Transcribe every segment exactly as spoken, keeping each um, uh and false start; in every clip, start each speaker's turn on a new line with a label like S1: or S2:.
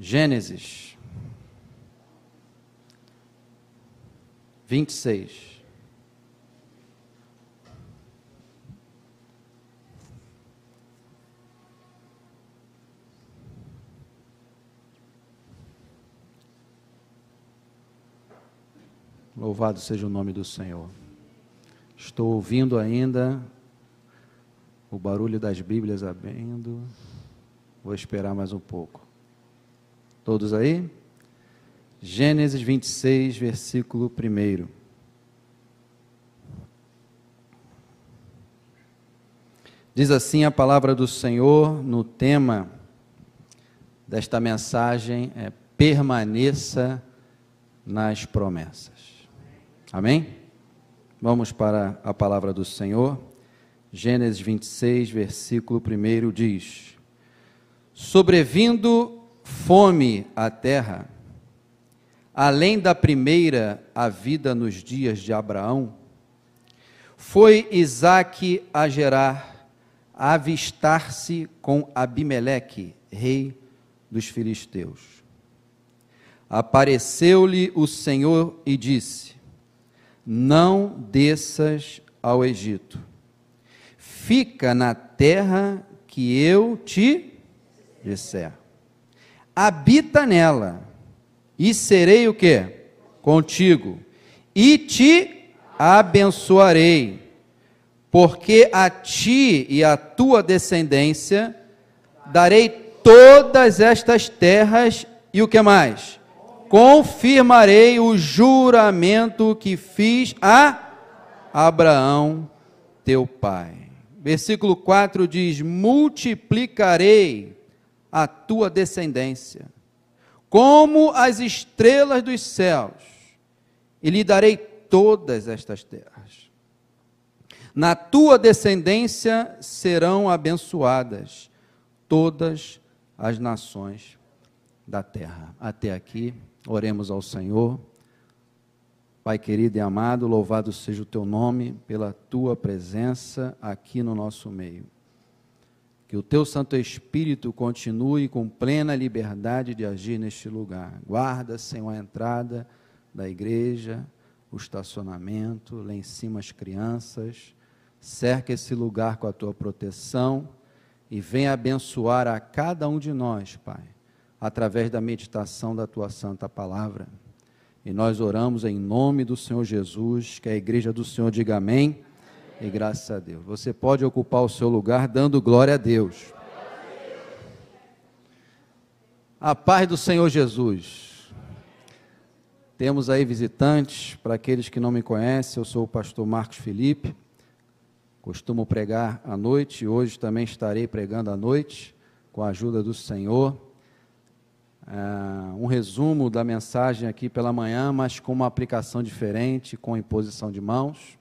S1: Gênesis vinte e seis. Louvado seja o nome do Senhor. Estou ouvindo ainda o barulho das Bíblias abrindo. Vou esperar mais um pouco. Todos aí? Gênesis vinte e seis, versículo um. Diz assim a palavra do Senhor no tema desta mensagem: é permaneça nas promessas. Amém? Vamos para a palavra do Senhor. Gênesis vinte e seis, versículo um diz: sobrevindo fome à terra, além da primeira havida nos dias de Abraão, foi Isaque a Gerar, a avistar-se com Abimeleque, rei dos filisteus. Apareceu-lhe o Senhor e disse: não desças ao Egito, fica na terra que eu te disser, habita nela, e serei o quê? Contigo, e te abençoarei, porque a ti e à tua descendência darei todas estas terras, e o que mais? Confirmarei o juramento que fiz a Abraão, teu pai. Versículo quatro diz: multiplicarei a tua descendência como as estrelas dos céus, e lhe darei todas estas terras. Na tua descendência serão abençoadas todas as nações da terra. Até aqui, oremos ao Senhor. Pai querido e amado, louvado seja o teu nome pela tua presença aqui no nosso meio. Que o teu Santo Espírito continue com plena liberdade de agir neste lugar. Guarda, Senhor, a entrada da igreja, o estacionamento, lá em cima as crianças. Cerca esse lugar com a tua proteção e venha abençoar a cada um de nós, Pai, através da meditação da tua santa palavra. E nós oramos em nome do Senhor Jesus, que a igreja do Senhor diga amém, e graças a Deus. Você pode ocupar o seu lugar dando glória a Deus. A paz do Senhor Jesus. Temos aí visitantes, para aqueles que não me conhecem, eu sou o pastor Marcos Felipe, costumo pregar à noite, hoje também estarei pregando à noite, com a ajuda do Senhor. Uh, um resumo da mensagem aqui pela manhã, mas com uma aplicação diferente, com imposição de mãos,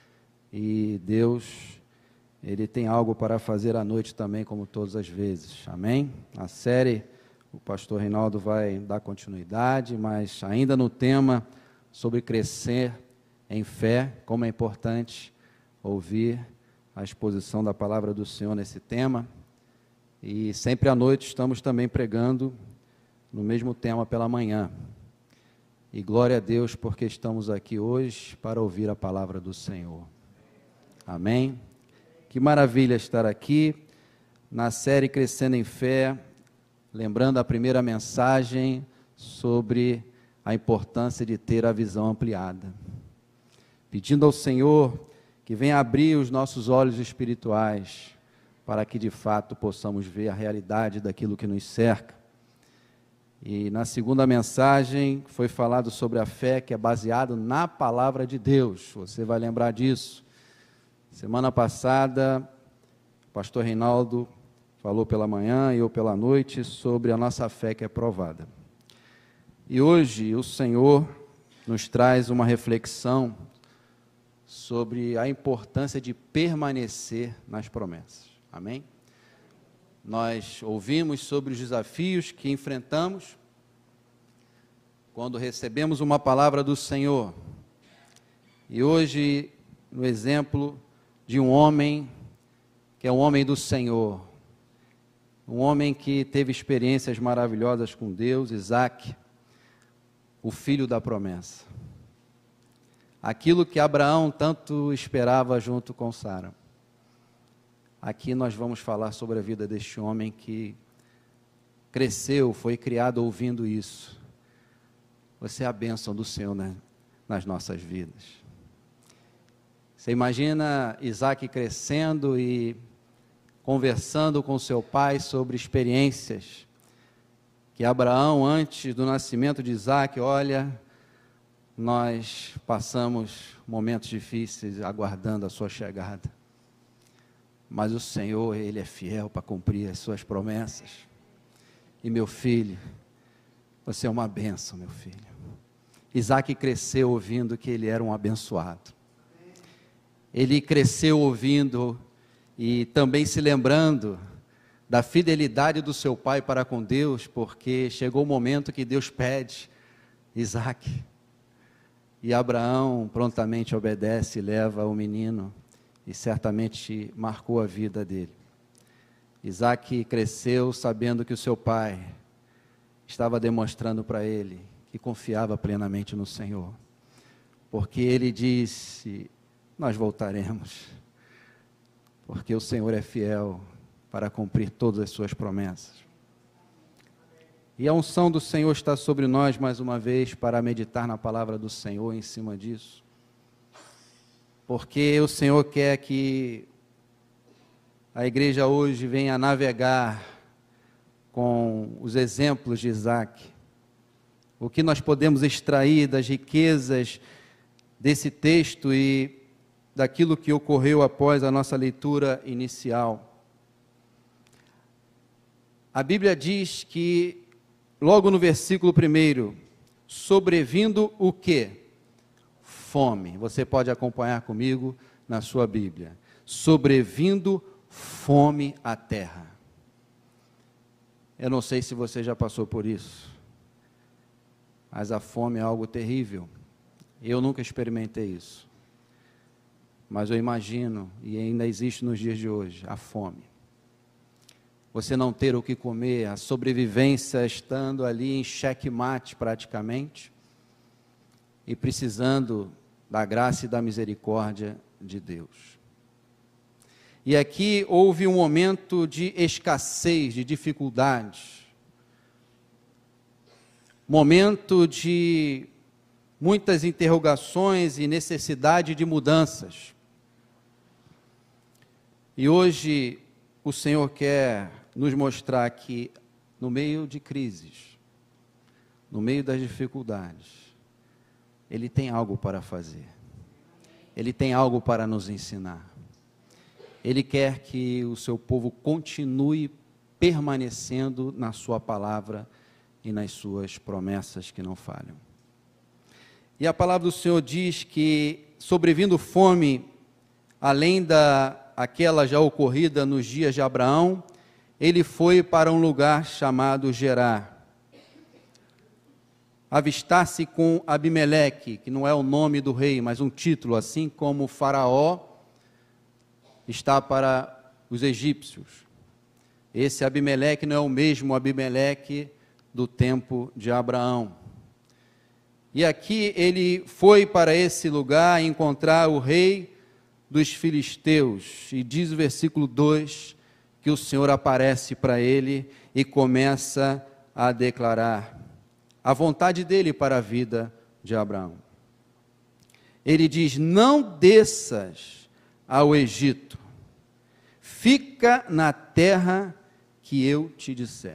S1: e Deus, Ele tem algo para fazer à noite também, como todas as vezes, amém? A série, o pastor Reinaldo vai dar continuidade, mas ainda no tema sobre crescer em fé, como é importante ouvir a exposição da palavra do Senhor nesse tema, e sempre à noite estamos também pregando no mesmo tema pela manhã. E glória a Deus porque estamos aqui hoje para ouvir a palavra do Senhor. Amém? Que maravilha estar aqui na série Crescendo em Fé, lembrando a primeira mensagem sobre a importância de ter a visão ampliada. Pedindo ao Senhor que venha abrir os nossos olhos espirituais para que de fato possamos ver a realidade daquilo que nos cerca. E na segunda mensagem foi falado sobre a fé que é baseada na palavra de Deus. Você vai lembrar disso. Semana passada, o pastor Reinaldo falou pela manhã e eu pela noite sobre a nossa fé que é provada. E hoje o Senhor nos traz uma reflexão sobre a importância de permanecer nas promessas. Amém? Nós ouvimos sobre os desafios que enfrentamos quando recebemos uma palavra do Senhor. E hoje, no exemplo de um homem que é um homem do Senhor, um homem que teve experiências maravilhosas com Deus, Isaque, o filho da promessa. Aquilo que Abraão tanto esperava junto com Sara. Aqui nós vamos falar sobre a vida deste homem que cresceu, foi criado ouvindo isso. Você é a bênção do Senhor, né, nas nossas vidas. Você imagina Isaque crescendo e conversando com seu pai sobre experiências que Abraão, antes do nascimento de Isaque, olha, nós passamos momentos difíceis aguardando a sua chegada. Mas o Senhor, Ele é fiel para cumprir as suas promessas. E meu filho, você é uma bênção, meu filho. Isaque cresceu ouvindo que ele era um abençoado. Ele cresceu ouvindo e também se lembrando da fidelidade do seu pai para com Deus, porque chegou o momento que Deus pede Isaque. E Abraão prontamente obedece e leva o menino, e certamente marcou a vida dele. Isaque cresceu sabendo que o seu pai estava demonstrando para ele que confiava plenamente no Senhor, porque ele disse, nós voltaremos, porque o Senhor é fiel para cumprir todas as suas promessas. E a unção do Senhor está sobre nós mais uma vez para meditar na palavra do Senhor em cima disso, porque o Senhor quer que a igreja hoje venha navegar com os exemplos de Isaque, o que nós podemos extrair das riquezas desse texto e daquilo que ocorreu após a nossa leitura inicial. A Bíblia diz que, logo no versículo primeiro, sobrevindo o quê? Fome. Você pode acompanhar comigo na sua Bíblia. Sobrevindo fome à terra. Eu não sei se você já passou por isso, mas a fome é algo terrível. Eu nunca experimentei isso, mas eu imagino, e ainda existe nos dias de hoje, a fome. Você não ter o que comer, a sobrevivência estando ali em xeque-mate praticamente, e precisando da graça e da misericórdia de Deus. E aqui houve um momento de escassez, de dificuldade, momento de muitas interrogações e necessidade de mudanças. E hoje o Senhor quer nos mostrar que no meio de crises, no meio das dificuldades, Ele tem algo para fazer. Ele tem algo para nos ensinar. Ele quer que o seu povo continue permanecendo na sua palavra e nas suas promessas que não falham. E a palavra do Senhor diz que, sobrevindo fome, além da aquela já ocorrida nos dias de Abraão, ele foi para um lugar chamado Gerar. Avistar-se com Abimeleque, que não é o nome do rei, mas um título, assim como Faraó está para os egípcios. Esse Abimeleque não é o mesmo Abimeleque do tempo de Abraão. E aqui ele foi para esse lugar encontrar o rei dos filisteus. E diz o versículo dois que o Senhor aparece para ele e começa a declarar a vontade dele para a vida de Abraão. Ele diz, não desças ao Egito, fica na terra que eu te disser.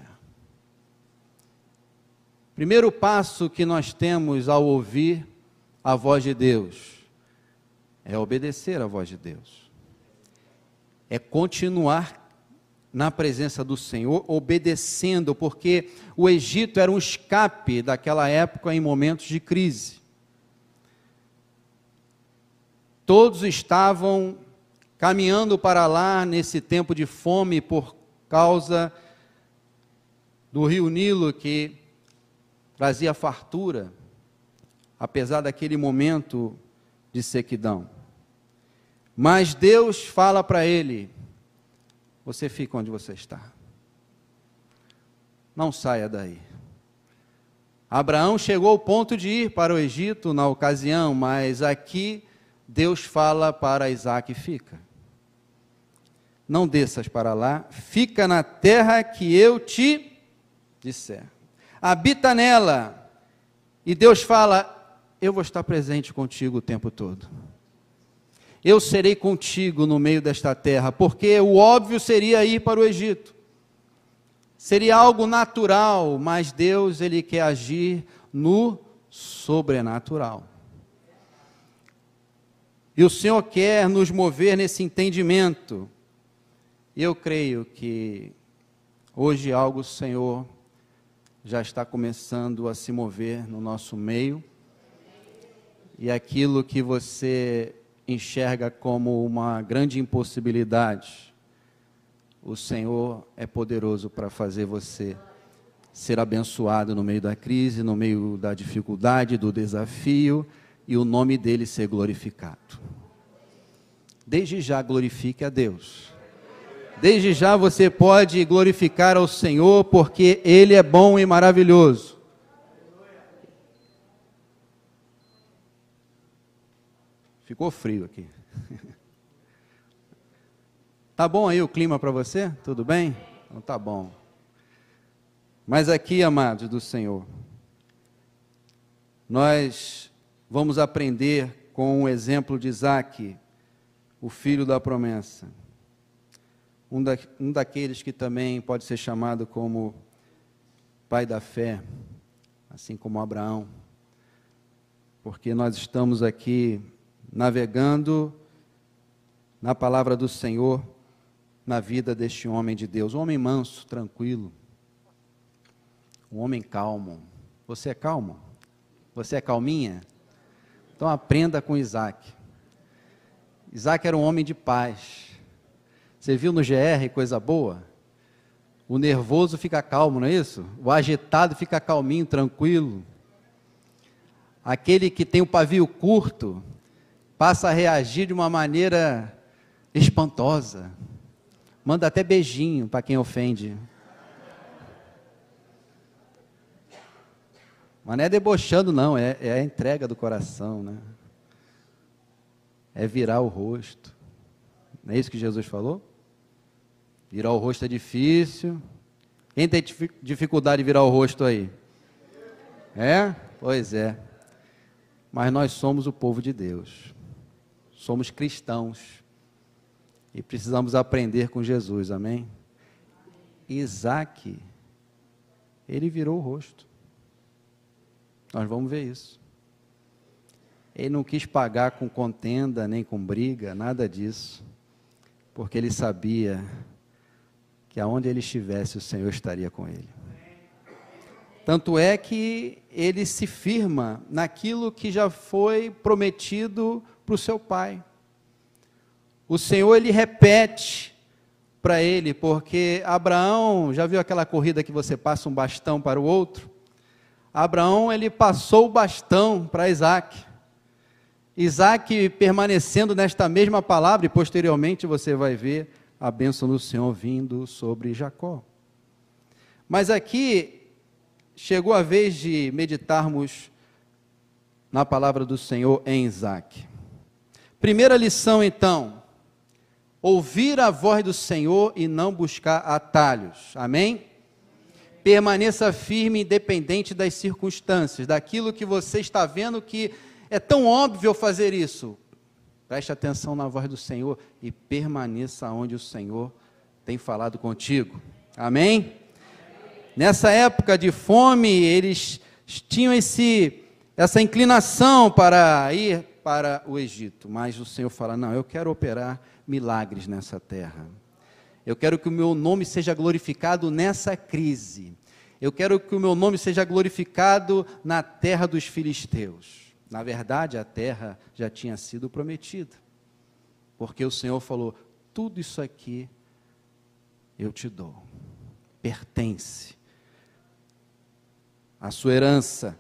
S1: Primeiro passo que nós temos ao ouvir a voz de Deus é obedecer a voz de Deus. É continuar na presença do Senhor, obedecendo, porque o Egito era um escape daquela época em momentos de crise. Todos estavam caminhando para lá nesse tempo de fome por causa do rio Nilo, que trazia fartura, apesar daquele momento de sequidão. Mas Deus fala para ele, você fica onde você está. não saia daí. Abraão chegou ao ponto de ir para o Egito na ocasião, mas aqui Deus fala para Isaque: fica. Não desças para lá, fica na terra que eu te disser. Habita nela. E Deus fala: eu vou estar presente contigo o tempo todo. Eu serei contigo no meio desta terra, porque o óbvio seria ir para o Egito. Seria algo natural, mas Deus, Ele quer agir no sobrenatural. E o Senhor quer nos mover nesse entendimento. E eu creio que hoje algo o Senhor já está começando a se mover no nosso meio. E aquilo que você enxerga como uma grande impossibilidade, o Senhor é poderoso para fazer você ser abençoado no meio da crise, no meio da dificuldade, do desafio, e o nome dele ser glorificado. Desde já glorifique a Deus. Desde já você pode glorificar ao Senhor, porque Ele é bom e maravilhoso. Ficou frio aqui. Tá bom aí o clima para você? Tudo bem? Então tá bom. Mas aqui, amados do Senhor, nós vamos aprender com o exemplo de Isaque, o filho da promessa. Um, da, um daqueles que também pode ser chamado como pai da fé, assim como Abraão. Porque nós estamos aqui navegando na palavra do Senhor, na vida deste homem de Deus, um homem manso, tranquilo, um homem calmo. Você é calmo? Você é calminha? Então aprenda com Isaque. Isaque era um homem de paz. Você viu no G R coisa boa? O nervoso fica calmo, não é isso? O agitado fica calminho, tranquilo. Aquele que tem o pavio curto passa a reagir de uma maneira espantosa. Manda até beijinho para quem ofende. Mas não é debochando não, é, é a entrega do coração, né? É virar o rosto. Não é isso que Jesus falou? Virar o rosto é difícil. Quem tem dificuldade de virar o rosto aí? É? Pois é. Mas nós somos o povo de Deus. Somos cristãos. E precisamos aprender com Jesus, amém? Isaque, ele virou o rosto. Nós vamos ver isso. Ele não quis pagar com contenda, nem com briga, nada disso. Porque ele sabia que aonde ele estivesse, o Senhor estaria com ele. Tanto é que ele se firma naquilo que já foi prometido para o seu pai. O Senhor, ele repete para ele, porque Abraão, já viu aquela corrida que você passa um bastão para o outro? Abraão, ele passou o bastão para Isaque. Isaque permanecendo nesta mesma palavra, e posteriormente você vai ver a bênção do Senhor vindo sobre Jacó. Mas aqui, chegou a vez de meditarmos na palavra do Senhor em Isaque. Primeira lição, então: ouvir a voz do Senhor e não buscar atalhos, amém? Permaneça firme, independente das circunstâncias, daquilo que você está vendo que é tão óbvio fazer isso. Preste atenção na voz do Senhor e permaneça onde o Senhor tem falado contigo, amém? Nessa época de fome, eles tinham esse, essa inclinação para ir para o Egito, mas o Senhor fala: não, eu quero operar milagres nessa terra. Eu quero que o meu nome seja glorificado nessa crise. Eu quero que o meu nome seja glorificado na terra dos filisteus. Na verdade, a terra já tinha sido prometida, porque o Senhor falou: tudo isso aqui eu te dou, pertence à sua herança.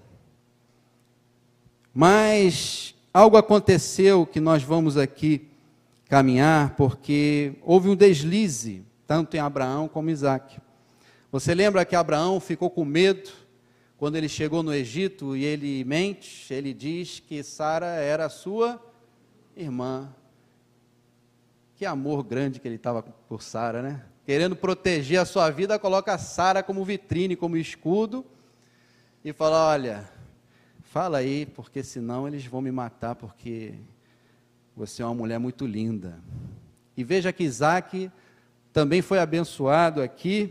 S1: Mas algo aconteceu que nós vamos aqui caminhar, porque houve um deslize, tanto em Abraão como em Isaque. Você lembra que Abraão ficou com medo quando ele chegou no Egito e ele mente, ele diz que Sara era sua irmã. Que amor grande que ele estava por Sara, né? Querendo proteger a sua vida, coloca a Sara como vitrine, como escudo, e fala, olha, fala aí, porque senão eles vão me matar, porque você é uma mulher muito linda. E veja que Isaac também foi abençoado aqui,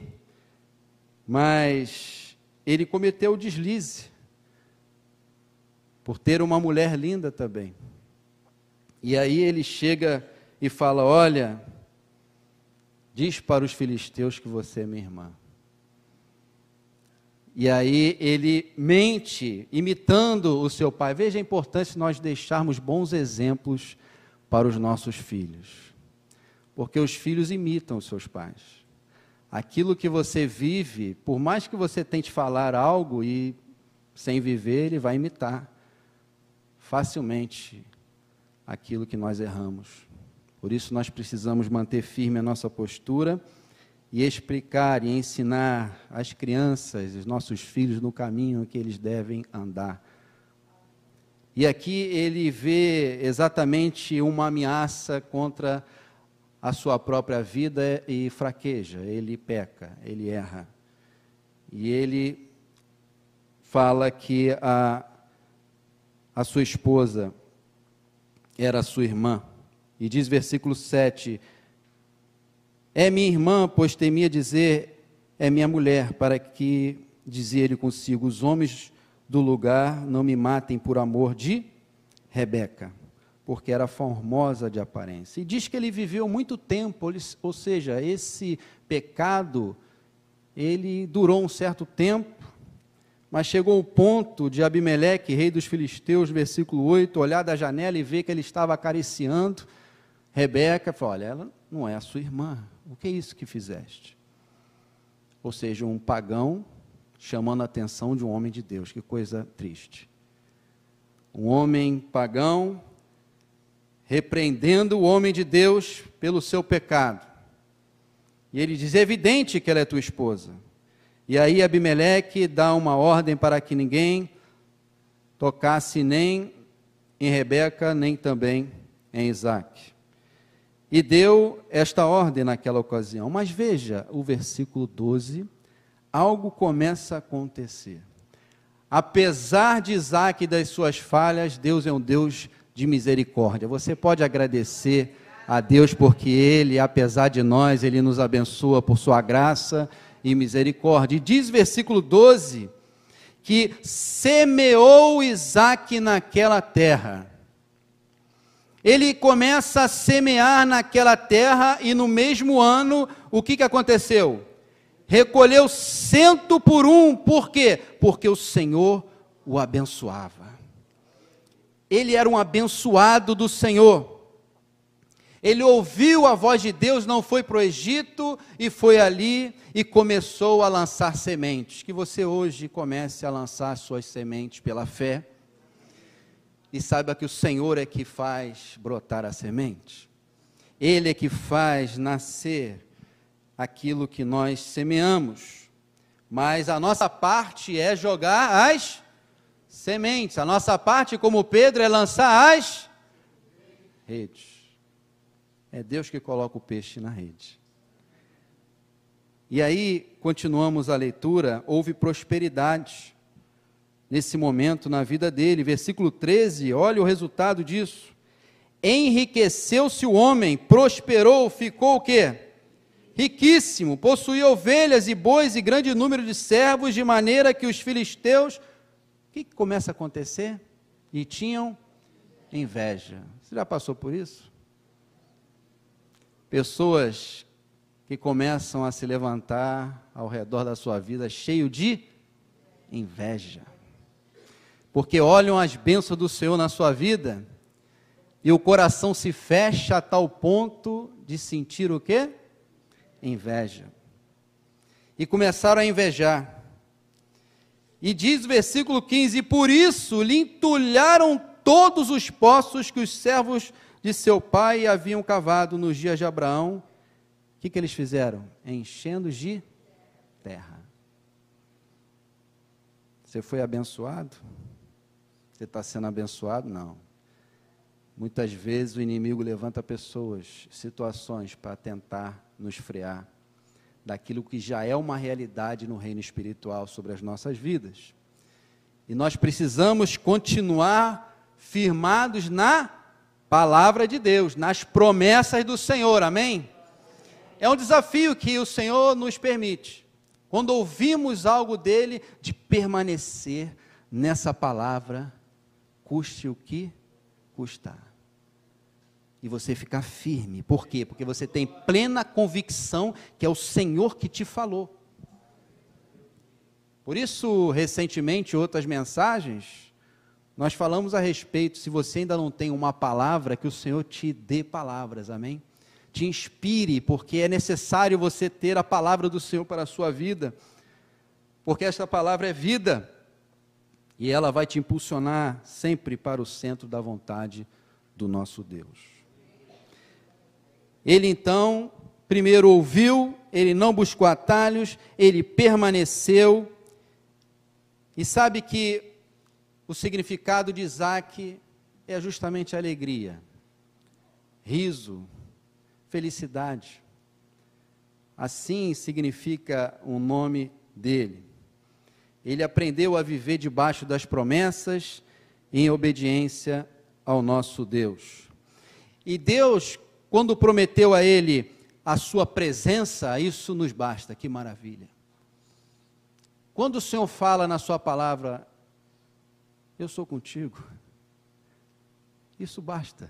S1: mas ele cometeu o deslize, por ter uma mulher linda também. E aí ele chega e fala, olha, diz para os filisteus que você é minha irmã. E aí ele mente, imitando o seu pai. Veja a importância nós deixarmos bons exemplos para os nossos filhos. Porque os filhos imitam os seus pais. Aquilo que você vive, por mais que você tente falar algo e sem viver, ele vai imitar facilmente aquilo que nós erramos. Por isso nós precisamos manter firme a nossa postura e explicar e ensinar as crianças, os nossos filhos, no caminho que eles devem andar. E aqui ele vê exatamente uma ameaça contra a sua própria vida e fraqueja, ele peca, ele erra. E ele fala que a, a sua esposa era sua irmã. E diz versículo sete, é minha irmã, pois temia dizer, é minha mulher, para que, dizia ele consigo, os homens do lugar não me matem por amor de Rebeca, porque era formosa de aparência. E diz que ele viveu muito tempo, ou seja, esse pecado, ele durou um certo tempo, mas chegou o ponto de Abimeleque, rei dos filisteus, versículo oito, olhar da janela e ver que ele estava acariciando Rebeca, falou, olha, ela não é a sua irmã, o que é isso que fizeste? Ou seja, um pagão chamando a atenção de um homem de Deus, que coisa triste. Um homem pagão repreendendo o homem de Deus pelo seu pecado. E ele diz, é evidente que ela é tua esposa. E aí Abimeleque dá uma ordem para que ninguém tocasse nem em Rebeca, nem também em Isaque. E deu esta ordem naquela ocasião. Mas veja, o versículo doze, algo começa a acontecer. Apesar de Isaque e das suas falhas, Deus é um Deus de misericórdia. Você pode agradecer a Deus porque Ele, apesar de nós, Ele nos abençoa por sua graça e misericórdia. E diz versículo doze, que semeou Isaque naquela terra. Ele começa a semear naquela terra e no mesmo ano, o que, que aconteceu? Recolheu cento por um, por quê? Porque o Senhor o abençoava. Ele era um abençoado do Senhor. Ele ouviu a voz de Deus, não foi para o Egito e foi ali e começou a lançar sementes. Que você hoje comece a lançar suas sementes pela fé. E saiba que o Senhor é que faz brotar a semente. Ele é que faz nascer aquilo que nós semeamos. Mas a nossa parte é jogar as sementes. A nossa parte, como Pedro, é lançar as redes. É Deus que coloca o peixe na rede. E aí, continuamos a leitura, houve prosperidade nesse momento na vida dele. Versículo treze, olha o resultado disso. Enriqueceu-se o homem, prosperou, ficou o quê? Riquíssimo, possuía ovelhas e bois e grande número de servos, de maneira que os filisteus, o que, que começa a acontecer? E tinham inveja. Você já passou por isso? Pessoas que começam a se levantar ao redor da sua vida cheio de inveja. Porque olham as bênçãos do Senhor na sua vida e o coração se fecha a tal ponto de sentir o quê? Inveja. E começaram a invejar. E diz o versículo quinze, e por isso lhe entulharam todos os poços que os servos de seu pai haviam cavado nos dias de Abraão. O que, que eles fizeram? Enchendo de terra. Você foi abençoado? Você está sendo abençoado? Não. Muitas vezes o inimigo levanta pessoas, situações para tentar nos frear daquilo que já é uma realidade no reino espiritual sobre as nossas vidas. E nós precisamos continuar firmados na palavra de Deus, nas promessas do Senhor, amém? É um desafio que o Senhor nos permite, quando ouvimos algo dele, de permanecer nessa palavra, custe o que custar. E você ficar firme, por quê? Porque você tem plena convicção que é o Senhor que te falou. Por isso, recentemente, outras mensagens, nós falamos a respeito, se você ainda não tem uma palavra, que o Senhor te dê palavras, amém? Te inspire, porque é necessário você ter a palavra do Senhor para a sua vida, porque esta palavra é vida, e ela vai te impulsionar sempre para o centro da vontade do nosso Deus. Ele então, primeiro ouviu, ele não buscou atalhos, ele permaneceu, e sabe que o significado de Isaac é justamente alegria, riso, felicidade. Assim significa o nome dele. Ele aprendeu a viver debaixo das promessas, em obediência ao nosso Deus. E Deus, quando prometeu a ele a sua presença, isso nos basta, que maravilha. Quando o Senhor fala na sua palavra, eu sou contigo, isso basta,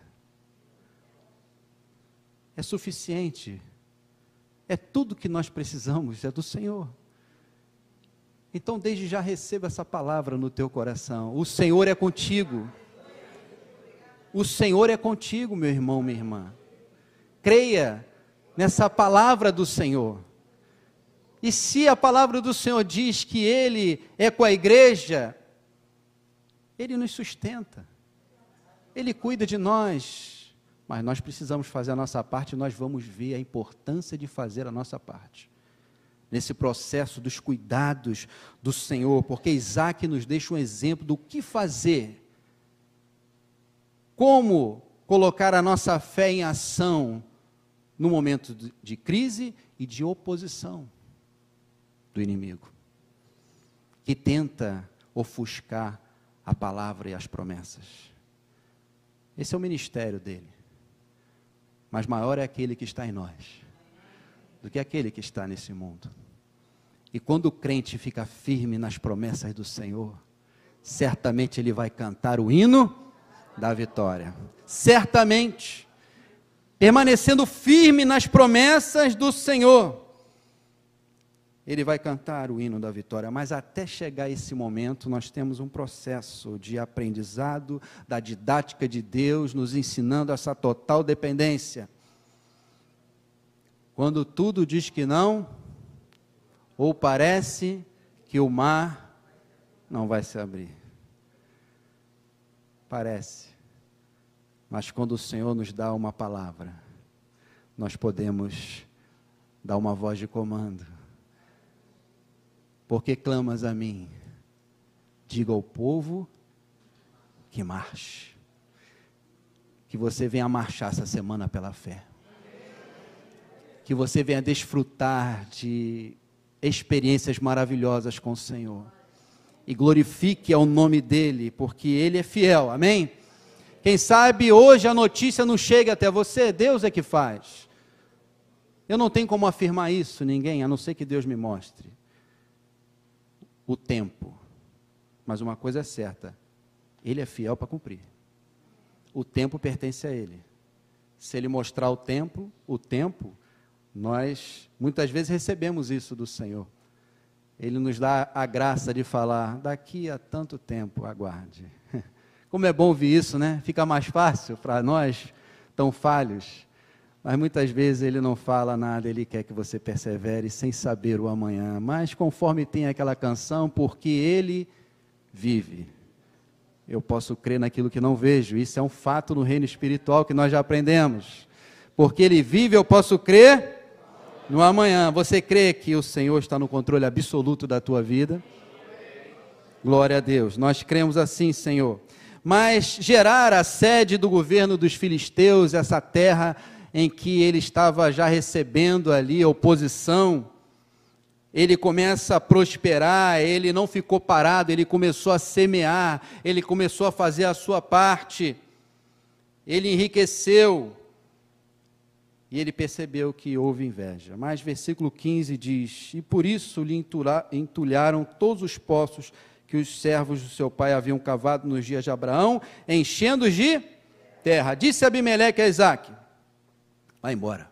S1: é suficiente, é tudo que nós precisamos, é do Senhor. Então desde já receba essa palavra no teu coração, o Senhor é contigo, o Senhor é contigo, meu irmão, minha irmã, creia nessa palavra do Senhor. E se a palavra do Senhor diz que Ele é com a igreja, Ele nos sustenta, Ele cuida de nós, mas nós precisamos fazer a nossa parte, e nós vamos ver a importância de fazer a nossa parte, nesse processo dos cuidados do Senhor, porque Isaac nos deixa um exemplo do que fazer, como colocar a nossa fé em ação, no momento de crise e de oposição do inimigo, que tenta ofuscar a palavra e as promessas. Esse é o ministério dele, mas maior é aquele que está em nós, do que aquele que está nesse mundo. E quando o crente fica firme nas promessas do Senhor, certamente ele vai cantar o hino da vitória, certamente, permanecendo firme nas promessas do Senhor, ele vai cantar o hino da vitória. Mas até chegar esse momento, nós temos um processo de aprendizado da didática de Deus, nos ensinando essa total dependência. Quando tudo diz que não, ou parece que o mar não vai se abrir. Parece. Mas quando o Senhor nos dá uma palavra, nós podemos dar uma voz de comando. Porque clamas a mim? Diga ao povo que marche. Que você venha marchar essa semana pela fé. Que você venha desfrutar de experiências maravilhosas com o Senhor. E glorifique ao nome dEle, porque Ele é fiel, amém? Quem sabe hoje a notícia não chega até você, Deus é que faz. Eu não tenho como afirmar isso, ninguém, a não ser que Deus me mostre o tempo. Mas uma coisa é certa, Ele é fiel para cumprir. O tempo pertence a Ele. Se Ele mostrar o tempo, o tempo, nós muitas vezes recebemos isso do Senhor. Ele nos dá a graça de falar, daqui a tanto tempo, aguarde. Como é bom ouvir isso, né? Fica mais fácil para nós, tão falhos. Mas muitas vezes Ele não fala nada, Ele quer que você persevere sem saber o amanhã. Mas conforme tem aquela canção, porque Ele vive, eu posso crer naquilo que não vejo. Isso é um fato no reino espiritual que nós já aprendemos. Porque Ele vive, eu posso crer No amanhã. Você crê que o Senhor está no controle absoluto da tua vida? Glória a Deus. Nós cremos assim, Senhor. Mas Gerar, a sede do governo dos filisteus, essa terra em que ele estava já recebendo ali oposição, ele começa a prosperar, ele não ficou parado, ele começou a semear, ele começou a fazer a sua parte, ele enriqueceu, e ele percebeu que houve inveja. Mas versículo quinze diz, e por isso lhe entulharam todos os poços que os servos do seu pai haviam cavado nos dias de Abraão, enchendo-os de terra. Disse Abimeleque a Isaque, vai embora,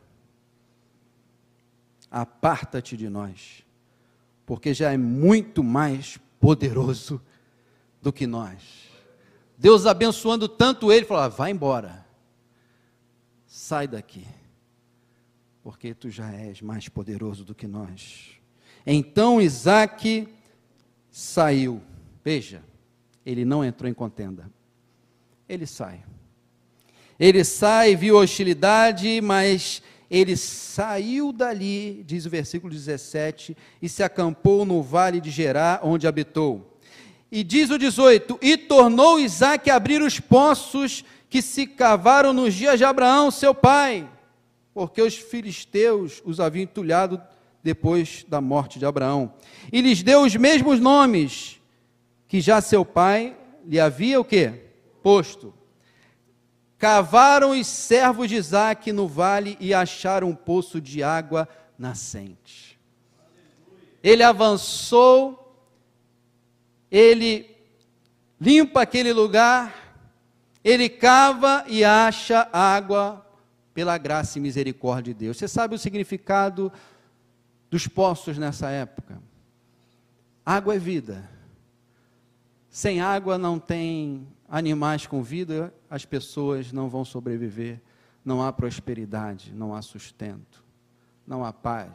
S1: aparta-te de nós, porque já é muito mais poderoso do que nós. Deus abençoando tanto ele, falou, vai embora, sai daqui, porque tu já és mais poderoso do que nós. Então Isaque saiu. Veja, ele não entrou em contenda, ele sai. Ele sai, viu hostilidade, mas ele saiu dali, diz o versículo dezessete, e se acampou no vale de Gerar, onde habitou. E diz o dezoito, e tornou Isaque a abrir os poços que se cavaram nos dias de Abraão, seu pai, porque os filisteus os haviam entulhado depois da morte de Abraão. E lhes deu os mesmos nomes que já seu pai lhe havia o quê? Posto. Cavaram os servos de Isaque no vale e acharam um poço de água nascente. Ele avançou, ele limpa aquele lugar, ele cava e acha água pela graça e misericórdia de Deus. Você sabe o significado dos poços nessa época? Água é vida. Sem água não tem animais com vida, as pessoas não vão sobreviver, não há prosperidade, não há sustento, não há paz.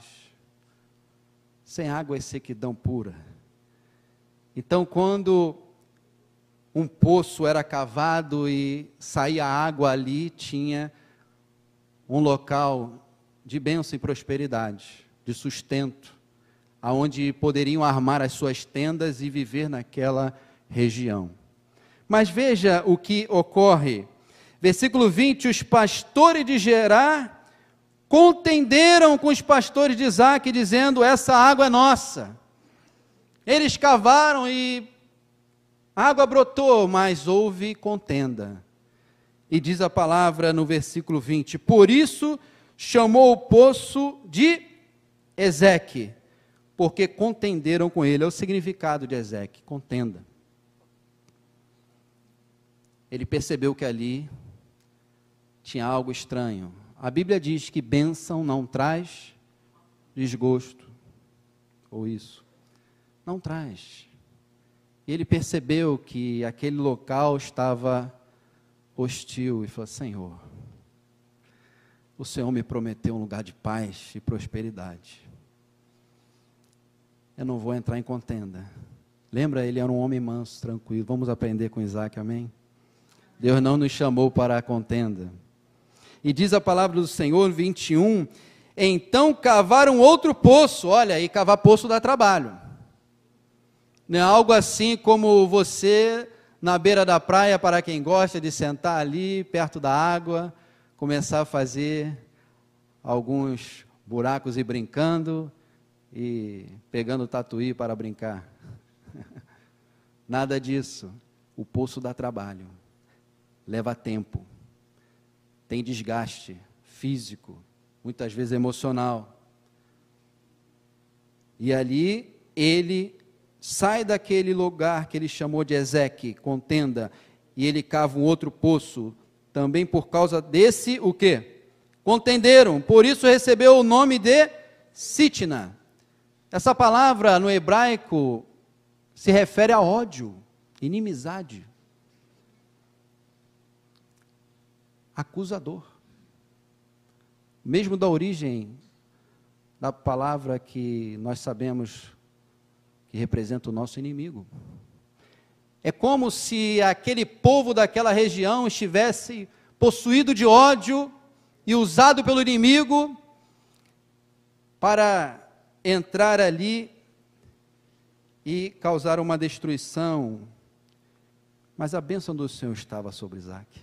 S1: Sem água é sequidão pura. Então, quando um poço era cavado e saía água ali, tinha um local de bênção e prosperidade, de sustento, aonde poderiam armar as suas tendas e viver naquela região. Mas veja o que ocorre. Versículo vinte, os pastores de Gerar contenderam com os pastores de Isaque, dizendo, essa água é nossa. Eles cavaram e a água brotou, mas houve contenda. E diz a palavra no versículo vinte, por isso chamou o poço de Ezeque, porque contenderam com ele. É o significado de Ezeque, contenda. Ele percebeu que ali tinha algo estranho. A Bíblia diz que bênção não traz desgosto, ou isso, não traz. E ele percebeu que aquele local estava hostil e falou, Senhor, o Senhor me prometeu um lugar de paz e prosperidade. Eu não vou entrar em contenda. Lembra, ele era um homem manso, tranquilo. Vamos aprender com Isaque, amém? Deus não nos chamou para a contenda. E diz a palavra do Senhor, vinte e um, então cavaram outro poço. Olha, e cavar poço dá trabalho. Não é algo assim como você, na beira da praia, para quem gosta de sentar ali, perto da água, começar a fazer alguns buracos e brincando, e pegando tatuí para brincar. Nada disso. O poço dá trabalho. Leva tempo, tem desgaste físico, muitas vezes emocional. E ali ele sai daquele lugar que ele chamou de Ezeque, contenda, e ele cava um outro poço, também por causa desse, o quê? Contenderam, por isso recebeu o nome de Sitna. Essa palavra no hebraico se refere a ódio, inimizade. Acusador, mesmo da origem da palavra que nós sabemos que representa o nosso inimigo. É como se aquele povo daquela região estivesse possuído de ódio e usado pelo inimigo para entrar ali e causar uma destruição. Mas a bênção do Senhor estava sobre Isaque.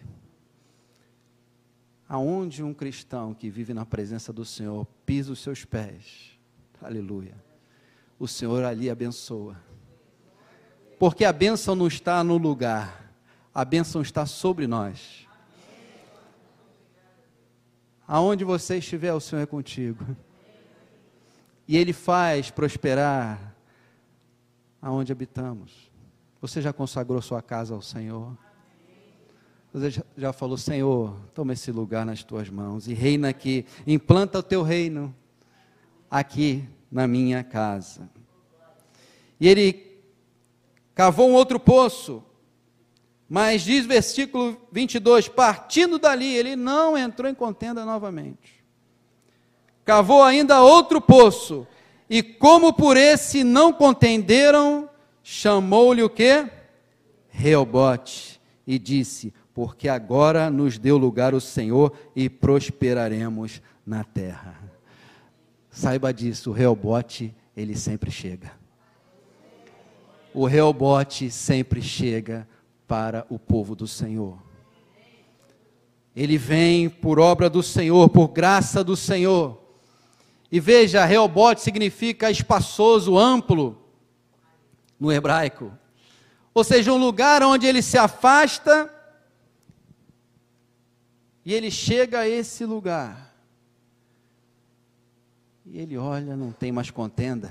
S1: Aonde um cristão que vive na presença do Senhor pisa os seus pés, aleluia, o Senhor ali abençoa. Porque a bênção não está no lugar, a bênção está sobre nós. Aonde você estiver, o Senhor é contigo. E Ele faz prosperar aonde habitamos. Você já consagrou sua casa ao Senhor? Você já falou: Senhor, toma esse lugar nas tuas mãos e reina aqui, implanta o teu reino aqui na minha casa. E ele cavou um outro poço, mas diz versículo vinte e dois, partindo dali, ele não entrou em contenda novamente. Cavou ainda outro poço, e como por esse não contenderam, chamou-lhe o quê? Reobote, e disse: porque agora nos deu lugar o Senhor e prosperaremos na terra. Saiba disso, o Reobote, ele sempre chega. O Reobote sempre chega para o povo do Senhor. Ele vem por obra do Senhor, por graça do Senhor. E veja, Reobote significa espaçoso, amplo, no hebraico. Ou seja, um lugar onde ele se afasta e ele chega a esse lugar. E ele olha, não tem mais contenda.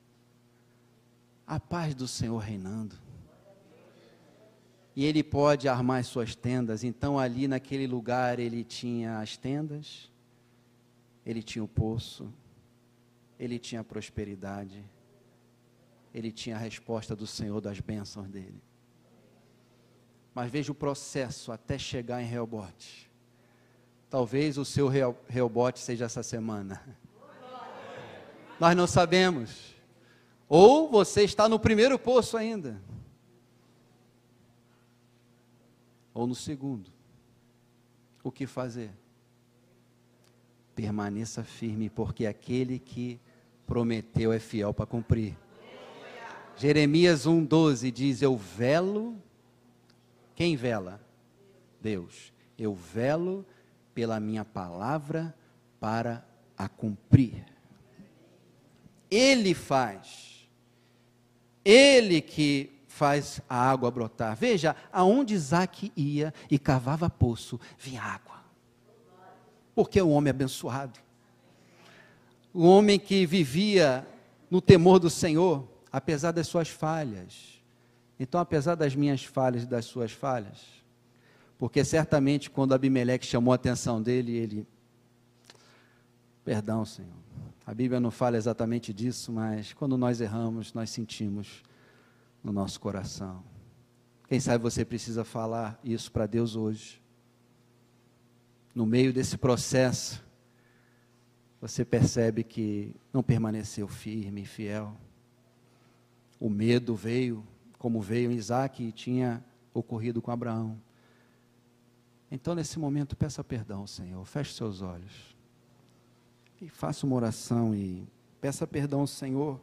S1: A paz do Senhor reinando. E ele pode armar as suas tendas. Então ali naquele lugar ele tinha as tendas, ele tinha o poço, ele tinha a prosperidade, ele tinha a resposta do Senhor, das bênçãos dele. Mas veja o processo até chegar em Reobote. Talvez o seu Reobote seja essa semana. Nós não sabemos. Ou você está no primeiro poço ainda. Ou no segundo. O que fazer? Permaneça firme, porque aquele que prometeu é fiel para cumprir. Jeremias um, doze diz: eu velo. Quem vela? Deus. Eu velo pela minha palavra para a cumprir. Ele faz. Ele que faz a água brotar. Veja, aonde Isaque ia e cavava poço, vinha água. Porque é um homem abençoado. Um homem que vivia no temor do Senhor, apesar das suas falhas. Então, apesar das minhas falhas e das suas falhas, porque certamente quando Abimeleque chamou a atenção dele, ele, perdão, Senhor, a Bíblia não fala exatamente disso, mas quando nós erramos, nós sentimos no nosso coração. Quem sabe você precisa falar isso para Deus hoje. No meio desse processo, você percebe que não permaneceu firme e fiel. O medo veio, como veio em Isaque e tinha ocorrido com Abraão. Então, nesse momento, peça perdão ao Senhor. Feche seus olhos. E faça uma oração e peça perdão ao Senhor.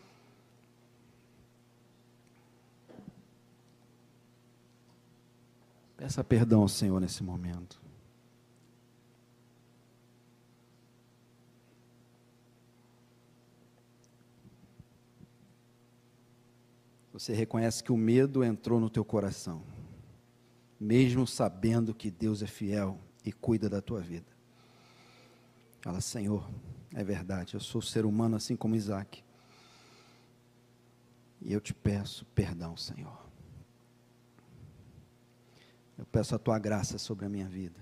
S1: Peça perdão ao Senhor nesse momento. Você reconhece que o medo entrou no teu coração, mesmo sabendo que Deus é fiel e cuida da tua vida. Fala: Senhor, é verdade, eu sou ser humano assim como Isaque. E eu te peço perdão, Senhor. Eu peço a tua graça sobre a minha vida.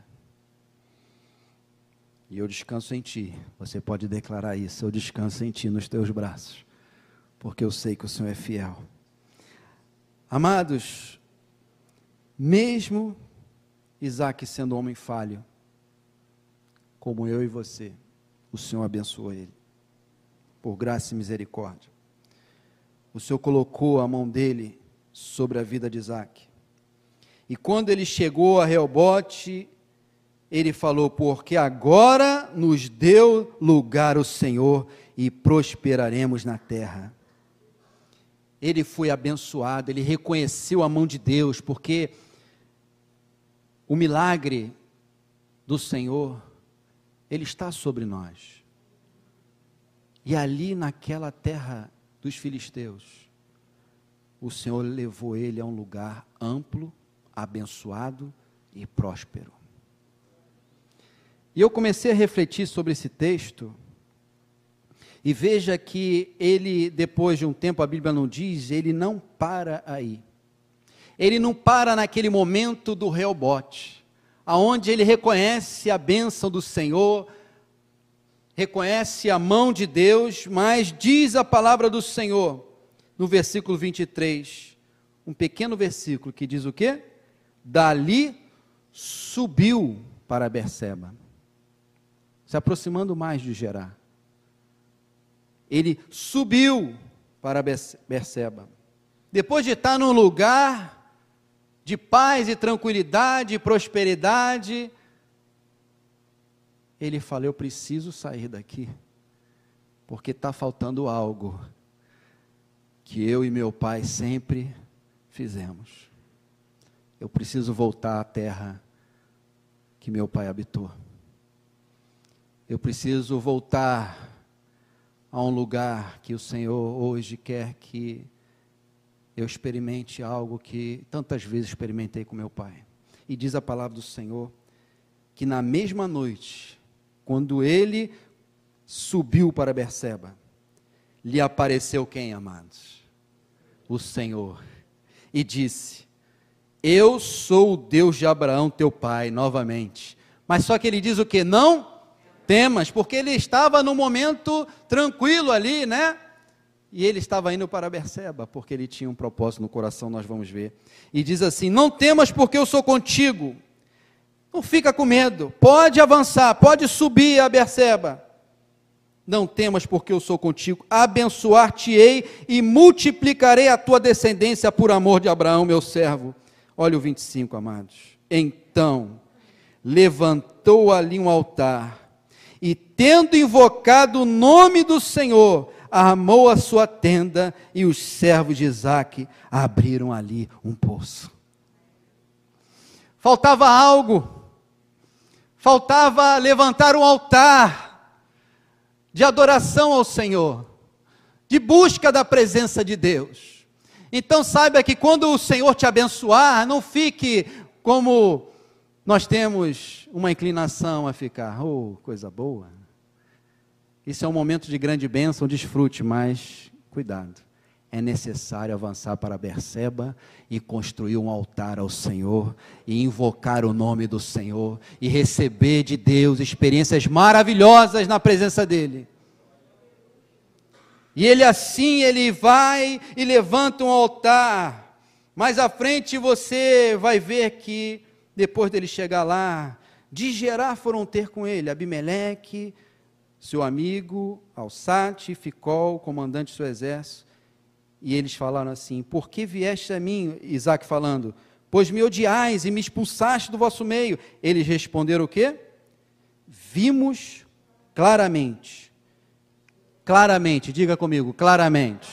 S1: E eu descanso em ti. Você pode declarar isso: eu descanso em ti, nos teus braços, porque eu sei que o Senhor é fiel. Amados, mesmo Isaque sendo um homem falho, como eu e você, o Senhor abençoou ele, por graça e misericórdia. O Senhor colocou a mão dele sobre a vida de Isaque. E quando ele chegou a Reobote, ele falou: porque agora nos deu lugar o Senhor e prosperaremos na terra. Ele foi abençoado, ele reconheceu a mão de Deus, porque o milagre do Senhor, ele está sobre nós. E ali naquela terra dos filisteus, o Senhor levou ele a um lugar amplo, abençoado e próspero. E eu comecei a refletir sobre esse texto, e veja que ele, depois de um tempo, a Bíblia não diz, ele não para aí. Ele não para naquele momento do Reobote, aonde ele reconhece a bênção do Senhor, reconhece a mão de Deus, mas diz a palavra do Senhor, no versículo vinte e três, um pequeno versículo que diz o quê? Dali subiu para Berseba, se aproximando mais de Gerar. Ele subiu para Berseba, depois de estar num lugar de paz e tranquilidade e prosperidade, ele falou: eu preciso sair daqui, porque está faltando algo que eu e meu pai sempre fizemos. Eu preciso voltar à terra que meu pai habitou. Eu preciso voltar a um lugar que o Senhor hoje quer que eu experimente algo que tantas vezes experimentei com meu pai. E diz a palavra do Senhor, que na mesma noite, quando ele subiu para Berseba, lhe apareceu quem, amados? O Senhor. E disse: eu sou o Deus de Abraão, teu pai, novamente. Mas só que ele diz o que? Não temas, porque ele estava num momento tranquilo ali, né? E ele estava indo para Berseba, porque ele tinha um propósito no coração, nós vamos ver. E diz assim: não temas, porque eu sou contigo. Não fica com medo, pode avançar, pode subir a Berseba. Não temas, porque eu sou contigo. Abençoar-te-ei e multiplicarei a tua descendência por amor de Abraão, meu servo. Olha o vinte e cinco, amados. Então, levantou ali um altar, e tendo invocado o nome do Senhor, armou a sua tenda, e os servos de Isaque abriram ali um poço. Faltava algo, faltava levantar um altar de adoração ao Senhor, de busca da presença de Deus. Então saiba que quando o Senhor te abençoar, não fique como nós temos uma inclinação a ficar: oh, coisa boa. Isso é um momento de grande bênção, desfrute, mas cuidado, é necessário avançar para Berseba e construir um altar ao Senhor, e invocar o nome do Senhor, e receber de Deus experiências maravilhosas na presença dEle. E ele assim, ele vai e levanta um altar. Mais à frente você vai ver que, depois dele chegar lá, de Gerar foram ter com ele Abimeleque, seu amigo, Alçate, Ficol, comandante do seu exército. E eles falaram assim: por que vieste a mim? Isaque falando: pois me odiais e me expulsaste do vosso meio. Eles responderam o quê? Vimos claramente. Claramente, diga comigo, claramente.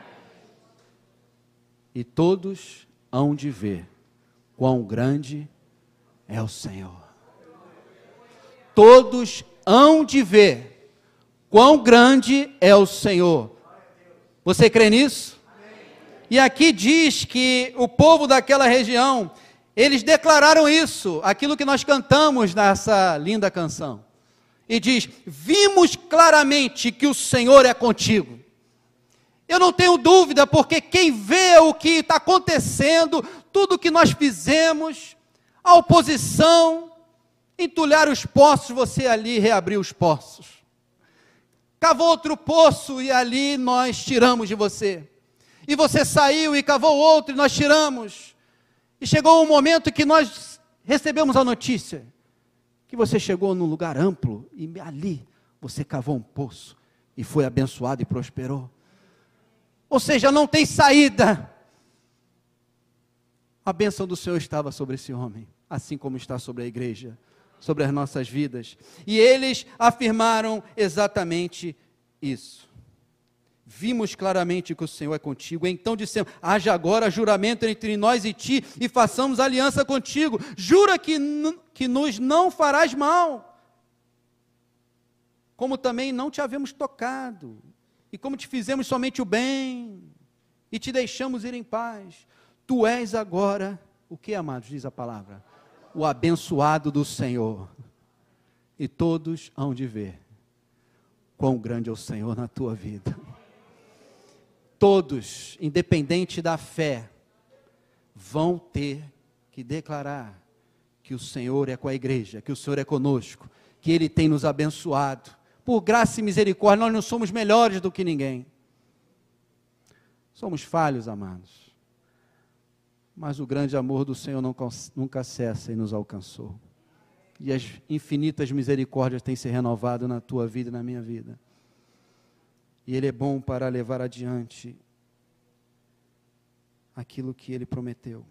S1: E todos hão de ver quão grande é o Senhor. Todos hão de ver quão grande é o Senhor. Você crê nisso? E aqui diz que o povo daquela região, eles declararam isso, aquilo que nós cantamos nessa linda canção. E diz: vimos claramente que o Senhor é contigo. Eu não tenho dúvida, porque quem vê o que está acontecendo, tudo que nós fizemos, a oposição, entulhar os poços, você ali reabriu os poços. Cavou outro poço e ali nós tiramos de você. E você saiu e cavou outro e nós tiramos. E chegou um momento que nós recebemos a notícia que você chegou num lugar amplo e ali você cavou um poço e foi abençoado e prosperou. Ou seja, não tem saída. A bênção do Senhor estava sobre esse homem, assim como está sobre a igreja, sobre as nossas vidas. E eles afirmaram exatamente isso. Vimos claramente que o Senhor é contigo, então dissemos, haja agora juramento entre nós e ti, e façamos aliança contigo, jura que, que nos não farás mal, como também não te havemos tocado, e como te fizemos somente o bem, e te deixamos ir em paz. Tu és agora, o que, amados, diz a palavra? O abençoado do Senhor, e todos hão de ver quão grande é o Senhor na tua vida. Todos, independente da fé, vão ter que declarar que o Senhor é com a igreja, que o Senhor é conosco, que Ele tem nos abençoado. Por graça e misericórdia, nós não somos melhores do que ninguém. Somos falhos, amados. Mas o grande amor do Senhor nunca, nunca cessa e nos alcançou. E as infinitas misericórdias têm se renovado na tua vida e na minha vida. E Ele é bom para levar adiante aquilo que Ele prometeu.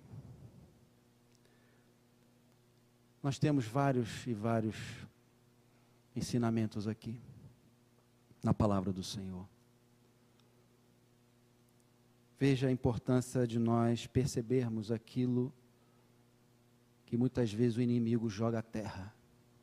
S1: Nós temos vários e vários ensinamentos aqui, na palavra do Senhor. Veja a importância de nós percebermos aquilo que muitas vezes o inimigo joga à terra.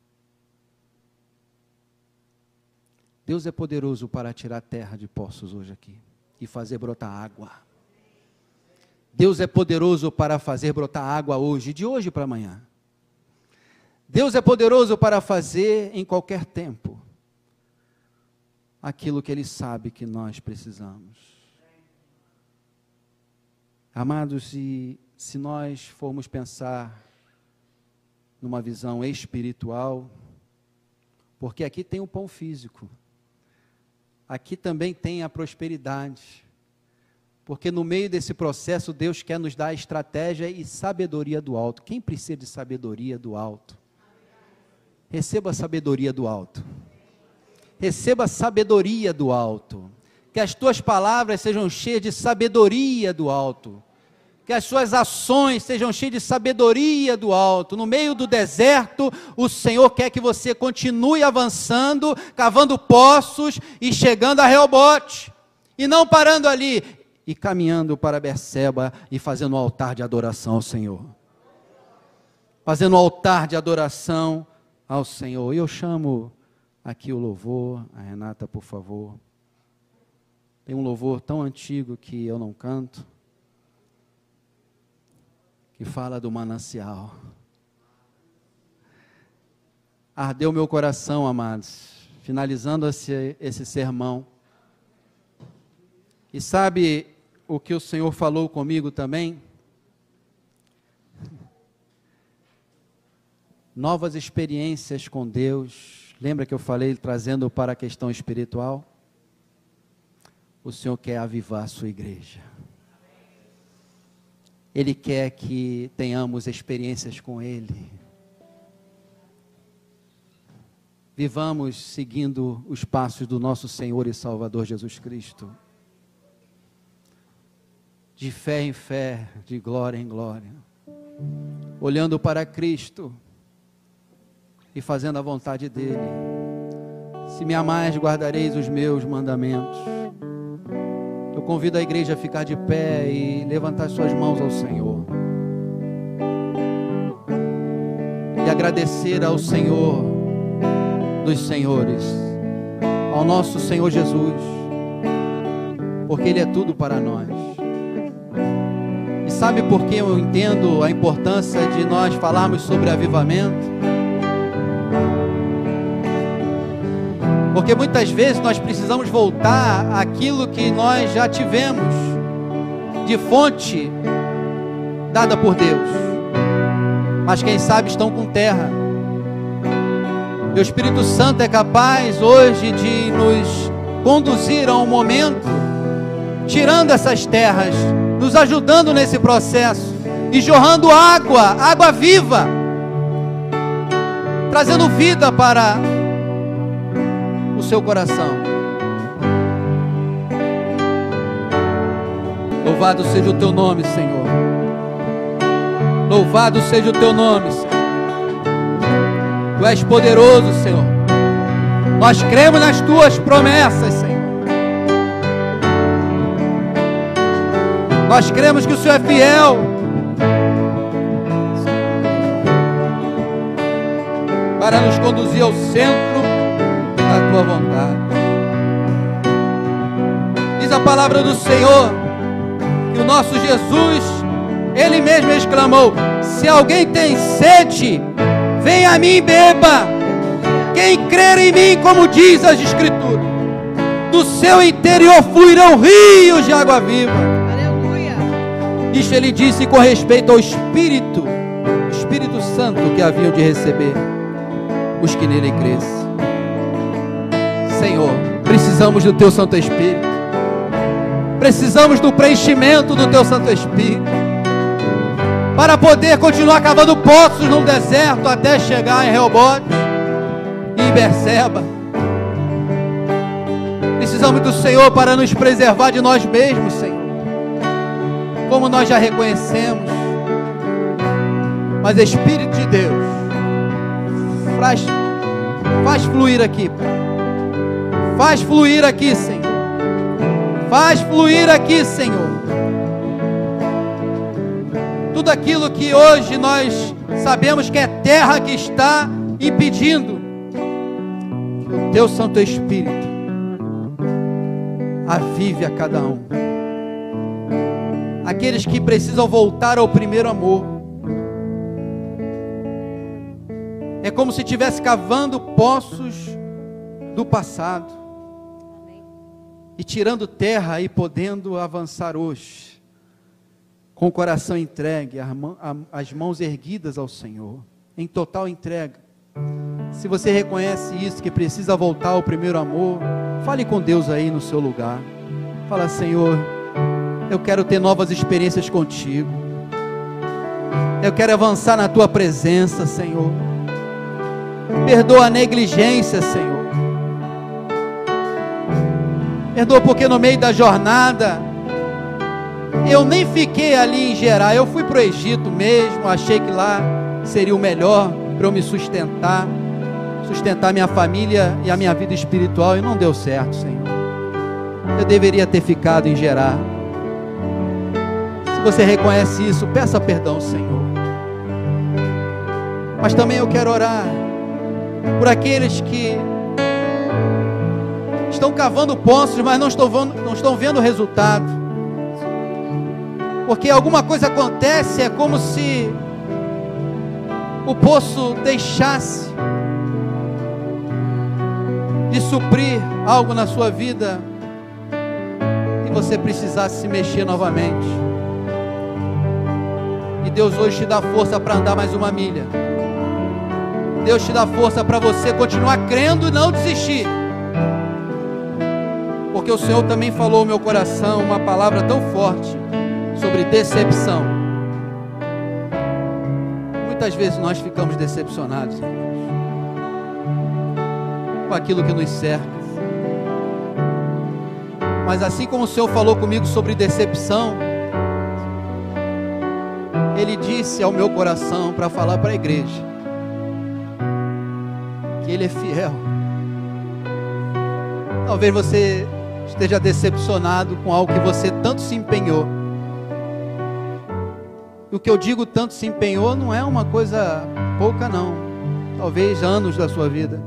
S1: Deus é poderoso para tirar a terra de poços hoje aqui e fazer brotar água. Deus é poderoso para fazer brotar água hoje, de hoje para amanhã. Deus é poderoso para fazer em qualquer tempo aquilo que Ele sabe que nós precisamos. Amados, e se nós formos pensar numa visão espiritual, porque aqui tem o pão físico, aqui também tem a prosperidade, porque no meio desse processo Deus quer nos dar a estratégia e sabedoria do alto. Quem precisa de sabedoria do alto? Receba a sabedoria do alto. Receba a sabedoria do alto. Que as tuas palavras sejam cheias de sabedoria do alto. Que as suas ações sejam cheias de sabedoria do alto. No meio do deserto, o Senhor quer que você continue avançando, cavando poços e chegando a Reobote. E não parando ali, e caminhando para Berseba e fazendo um altar de adoração ao Senhor. Fazendo um altar de adoração ao Senhor. E eu chamo aqui o louvor, a Renata, por favor. Tem um louvor tão antigo que eu não canto, que fala do manancial. Ardeu meu coração, amados, finalizando esse, esse sermão. E sabe o que o Senhor falou comigo também? Novas experiências com Deus. Lembra que eu falei trazendo para a questão espiritual? O Senhor quer avivar a sua igreja. Ele quer que tenhamos experiências com Ele. Vivamos seguindo os passos do nosso Senhor e Salvador Jesus Cristo. De fé em fé, de glória em glória. Olhando para Cristo e fazendo a vontade dEle. Se me amais, guardareis os meus mandamentos. Eu convido a igreja a ficar de pé e levantar suas mãos ao Senhor. E agradecer ao Senhor dos senhores, ao nosso Senhor Jesus, porque Ele é tudo para nós. E sabe por que eu entendo a importância de nós falarmos sobre avivamento? Porque muitas vezes nós precisamos voltar àquilo que nós já tivemos, de fonte dada por Deus. Mas quem sabe estão com terra. E o Espírito Santo é capaz hoje de nos conduzir a um momento, tirando essas terras, nos ajudando nesse processo, e jorrando água, água viva, trazendo vida para o seu coração. Louvado seja o teu nome, Senhor. Louvado seja o teu nome, Senhor. Tu és poderoso, Senhor. Nós cremos nas Tuas promessas, Senhor. Nós cremos que o Senhor é fiel. Para nos conduzir ao centro da Tua vontade. Diz a palavra do Senhor que o nosso Jesus, Ele mesmo exclamou: se alguém tem sede, venha a mim e beba. Quem crer em mim, como diz as Escrituras, do seu interior fluirão rios de água viva. Aleluia. Isto Ele disse com respeito ao Espírito, o Espírito Santo que haviam de receber os que nele crescem. Senhor, precisamos do Teu Santo Espírito. Precisamos do preenchimento do Teu Santo Espírito para poder continuar cavando poços no deserto até chegar em Reobote e em Berseba. Precisamos do Senhor para nos preservar de nós mesmos, Senhor, como nós já reconhecemos. Mas Espírito de Deus, faz, faz fluir aqui, Pai. Faz fluir aqui, Senhor. Faz fluir aqui, Senhor. Tudo aquilo que hoje nós sabemos que é terra que está impedindo que o Teu Santo Espírito avive a cada um. Aqueles que precisam voltar ao primeiro amor. É como se estivesse cavando poços do passado e tirando terra e podendo avançar hoje, com o coração entregue, as mãos erguidas ao Senhor, em total entrega. Se você reconhece isso, que precisa voltar ao primeiro amor, fale com Deus aí no seu lugar. Fala: Senhor, eu quero ter novas experiências contigo. Eu quero avançar na Tua presença, Senhor. Perdoa a negligência, Senhor. Perdoa porque no meio da jornada eu nem fiquei ali em Gerar. Eu fui para o Egito mesmo, achei que lá seria o melhor para eu me sustentar, sustentar minha família e a minha vida espiritual, e não deu certo, Senhor. Eu deveria ter ficado em Gerar. Se você reconhece isso, peça perdão, Senhor. Mas também eu quero orar por aqueles que estão cavando poços, mas não estão vendo, não estão vendo o resultado. Porque alguma coisa acontece, é como se o poço deixasse de suprir algo na sua vida e você precisasse se mexer novamente. E Deus hoje te dá força para andar mais uma milha. Deus te dá força para você continuar crendo e não desistir. Porque o Senhor também falou ao meu coração uma palavra tão forte sobre decepção. Muitas vezes nós ficamos decepcionados, irmãos, com aquilo que nos cerca. Mas assim como o Senhor falou comigo sobre decepção, Ele disse ao meu coração para falar para a igreja que Ele é fiel. Talvez você esteja decepcionado com algo que você tanto se empenhou. E o que eu digo tanto se empenhou não é uma coisa pouca não. Talvez anos da sua vida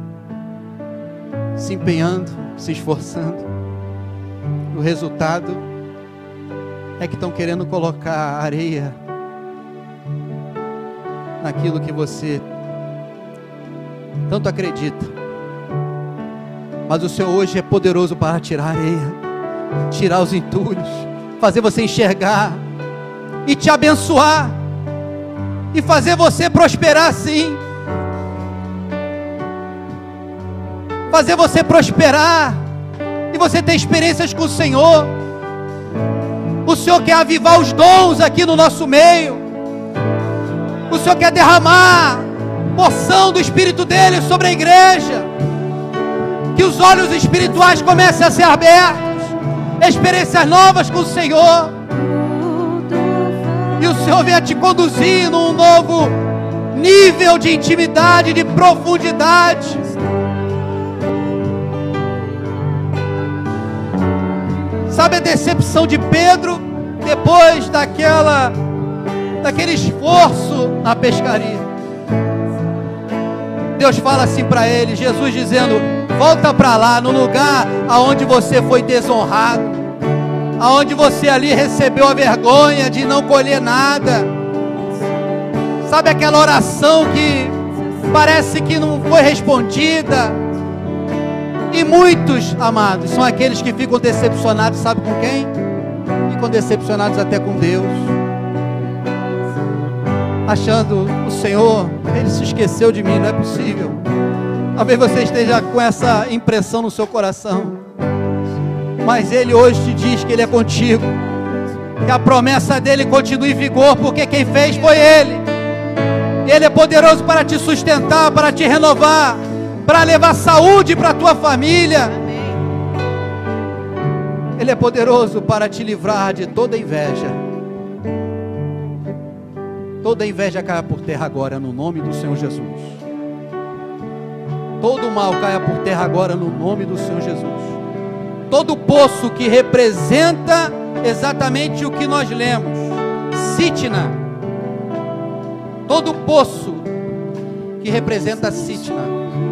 S1: se empenhando, se esforçando. O resultado é que estão querendo colocar areia naquilo que você tanto acredita. Mas o Senhor hoje é poderoso para tirar a areia, tirar os entulhos, fazer você enxergar e te abençoar e fazer você prosperar, sim. Fazer você prosperar e você ter experiências com o Senhor. O Senhor quer avivar os dons aqui no nosso meio. O Senhor quer derramar porção do Espírito dele sobre a igreja. Que os olhos espirituais comecem a ser abertos, experiências novas com o Senhor, e o Senhor venha te conduzir num novo nível de intimidade, de profundidade. Sabe a decepção de Pedro depois daquela, daquele esforço na pescaria? Deus fala assim para ele, Jesus dizendo: volta para lá, no lugar aonde você foi desonrado, aonde você ali recebeu a vergonha de não colher nada. Sabe aquela oração que parece que não foi respondida? E muitos, amados, são aqueles que ficam decepcionados, sabe com quem? Ficam decepcionados até com Deus, achando: o Senhor, Ele se esqueceu de mim, não é possível. Talvez você esteja com essa impressão no seu coração, mas Ele hoje te diz que Ele é contigo, que a promessa dEle continua em vigor, porque quem fez foi Ele. Ele é poderoso para te sustentar, para te renovar, para levar saúde para a tua família. Ele é poderoso para te livrar de toda inveja. Toda inveja caia por terra agora, no nome do Senhor Jesus. Todo mal caia por terra agora, no nome do Senhor Jesus. Todo poço que representa exatamente o que nós lemos, Sitna. Todo poço que representa Sitna,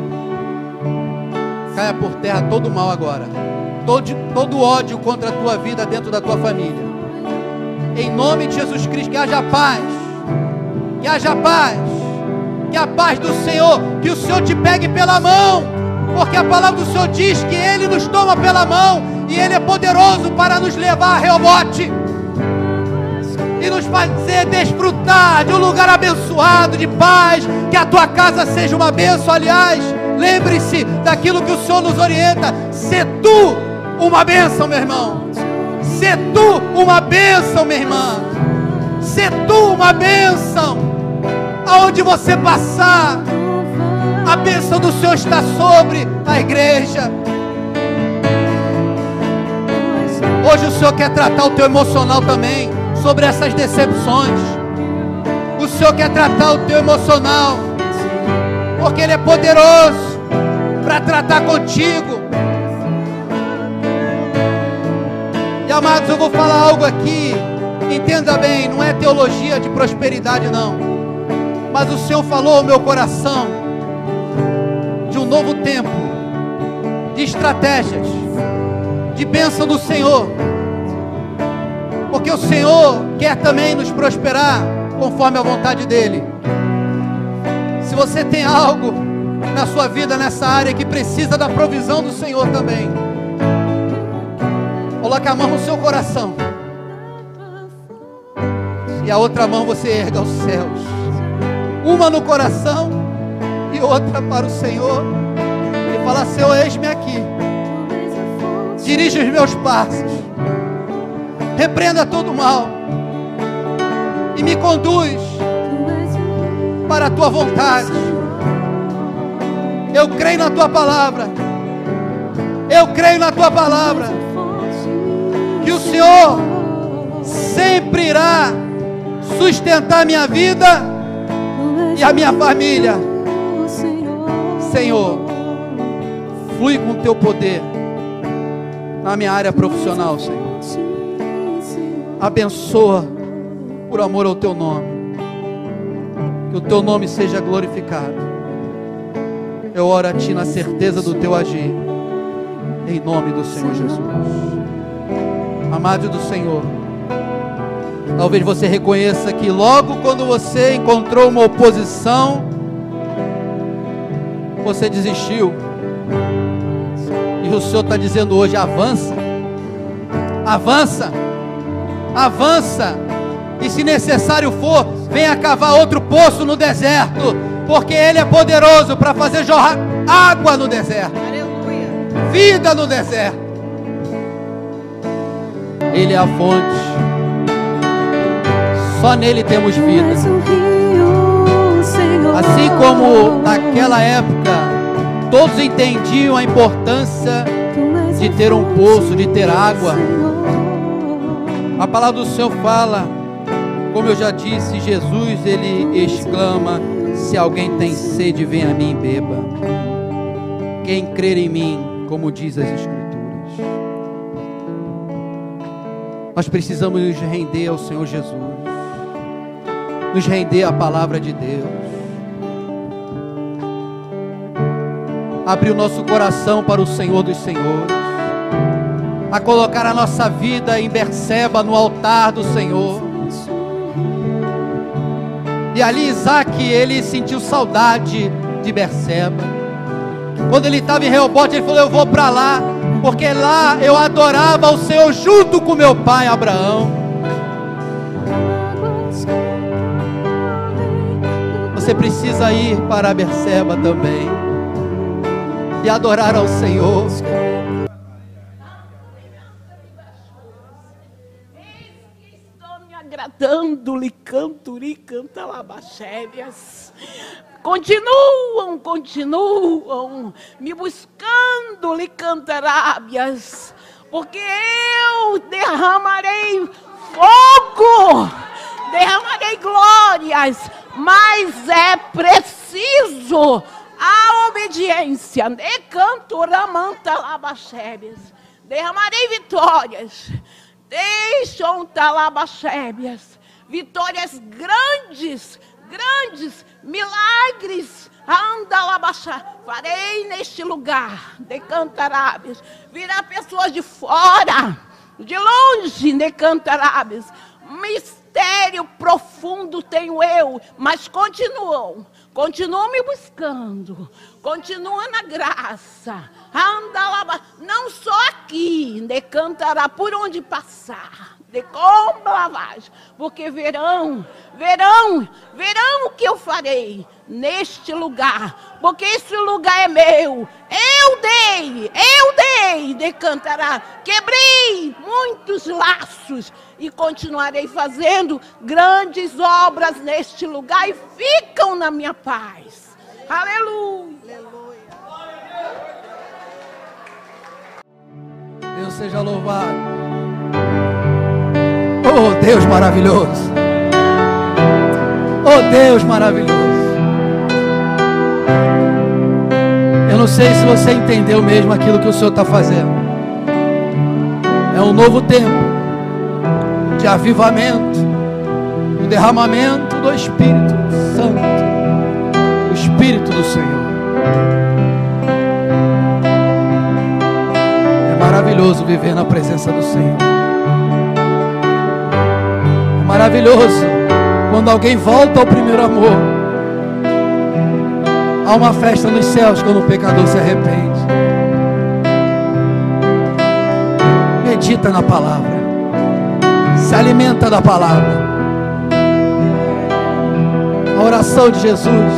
S1: caia por terra todo mal agora. Todo, todo ódio contra a tua vida dentro da tua família. Em nome de Jesus Cristo, que haja paz. Que haja paz. Que a paz do Senhor, que o Senhor te pegue pela mão. Porque a palavra do Senhor diz que Ele nos toma pela mão. E Ele é poderoso para nos levar a Reobote. E nos fazer desfrutar de um lugar abençoado, de paz. Que a tua casa seja uma bênção. Aliás, lembre-se daquilo que o Senhor nos orienta. Se tu uma bênção, meu irmão. Se tu uma bênção, minha irmã. Se tu uma bênção. Aonde você passar, a bênção do Senhor está sobre a igreja. Hoje o Senhor quer tratar o teu emocional também, sobre essas decepções. O Senhor quer tratar o teu emocional, porque Ele é poderoso para tratar contigo. E amados, eu vou falar algo aqui, entenda bem, não é teologia de prosperidade não, mas o Senhor falou ao meu coração de um novo tempo, de estratégias, de bênção do Senhor, porque o Senhor quer também nos prosperar conforme a vontade dEle. Se você tem algo na sua vida, nessa área, que precisa da provisão do Senhor também, coloque a mão no seu coração, e a outra mão você erga aos céus, uma no coração e outra para o Senhor, e fala: Senhor, eis-me aqui, dirige os meus passos, repreenda todo o mal e me conduz para a tua vontade. Eu creio na tua palavra, eu creio na tua palavra, que o Senhor sempre irá sustentar a minha vida e a minha família. Senhor, flui com o teu poder na minha área profissional, Senhor. Abençoa por amor ao teu nome, que o teu nome seja glorificado. Eu oro a ti na certeza do teu agir, em nome do Senhor Jesus. Amado do Senhor, talvez você reconheça que logo quando você encontrou uma oposição, você desistiu, e o Senhor está dizendo hoje: avança, avança, avança, e se necessário for, venha cavar outro poço no deserto, porque Ele é poderoso para fazer jorrar água no deserto, aleluia, vida no deserto. Ele é a fonte, só nele temos vida. Assim como naquela época todos entendiam a importância de ter um poço, de ter água, a palavra do Senhor fala, como eu já disse, Jesus ele exclama: Se alguém tem sede, venha a mim e beba. Quem crer em mim, como diz as Escrituras. Nós precisamos nos render ao Senhor Jesus, nos render à palavra de Deus, abrir o nosso coração para o Senhor dos Senhores, a colocar a nossa vida em Berseba, no altar do Senhor. E ali Isaac, ele sentiu saudade de Berseba. Quando ele estava em Reobote, ele falou: eu vou para lá, porque lá eu adorava o Senhor junto com meu pai Abraão. Você precisa ir para Berseba também e adorar ao Senhor.
S2: Agradando-lhe, canturi, canta labachérias. Continuam, continuam me buscando-lhe cantarábias, porque eu derramarei fogo, derramarei glórias, mas é preciso a obediência. De cantoramanta labachérias, derramarei vitórias. Deixam talabachébias, vitórias grandes, grandes, milagres, andalabachá. Farei neste lugar de cantarábias, virá pessoas de fora, de longe, de cantarábias. Mistério profundo tenho eu, mas continuam, continuam me buscando, continuam na graça. Anda não só aqui, de cantará por onde passar, de como lavagem, porque verão, verão, verão o que eu farei neste lugar, porque esse lugar é meu. Eu dei, eu dei, de cantará, quebrei muitos laços e continuarei fazendo grandes obras neste lugar e ficam na minha paz. Aleluia.
S1: Deus seja louvado. Oh, Deus maravilhoso. Oh, Deus maravilhoso. Eu não sei se você entendeu mesmo aquilo que o Senhor está fazendo. É um novo tempo de avivamento, o derramamento do Espírito Santo, o Espírito do Senhor. Maravilhoso viver na presença do Senhor. É maravilhoso quando alguém volta ao primeiro amor. Há uma festa nos céus quando o pecador se arrepende. Medita na palavra, se alimenta da palavra. A oração de Jesus: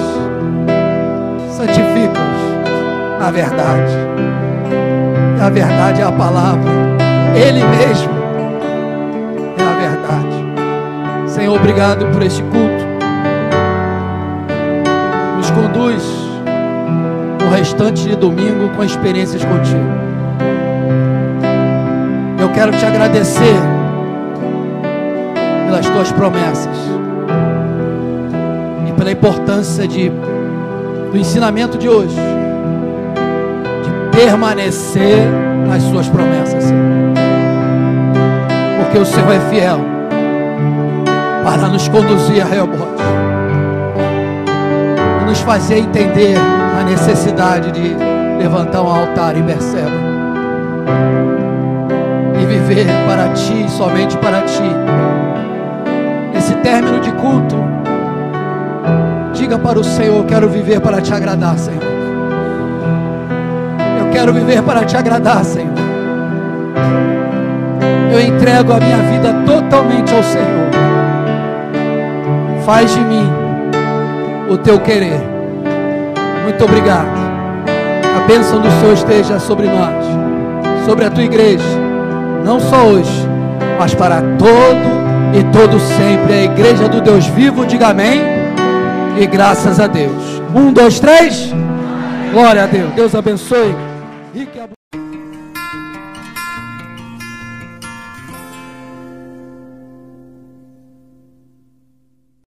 S1: santifica-os na verdade. A verdade é a palavra, Ele mesmo é a verdade. Senhor, obrigado por este culto. Nos conduz no restante de domingo com experiências contigo. Eu quero te agradecer pelas tuas promessas e pela importância de, do ensinamento de hoje, permanecer nas suas promessas, Senhor. Porque o Senhor é fiel para nos conduzir a Reobote e nos fazer entender a necessidade de levantar um altar em Berseba e viver para Ti, somente para Ti. Esse término de culto, diga para o Senhor: eu quero viver para Te agradar, Senhor. Quero viver para Te agradar, Senhor. Eu entrego a minha vida totalmente ao Senhor. Faz de mim o Teu querer. Muito obrigado. A bênção do Senhor esteja sobre nós, sobre a Tua igreja, não só hoje, mas para todo e todo sempre. A igreja do Deus vivo, diga amém e graças a Deus. Um, dois, três. Glória a Deus. Deus abençoe.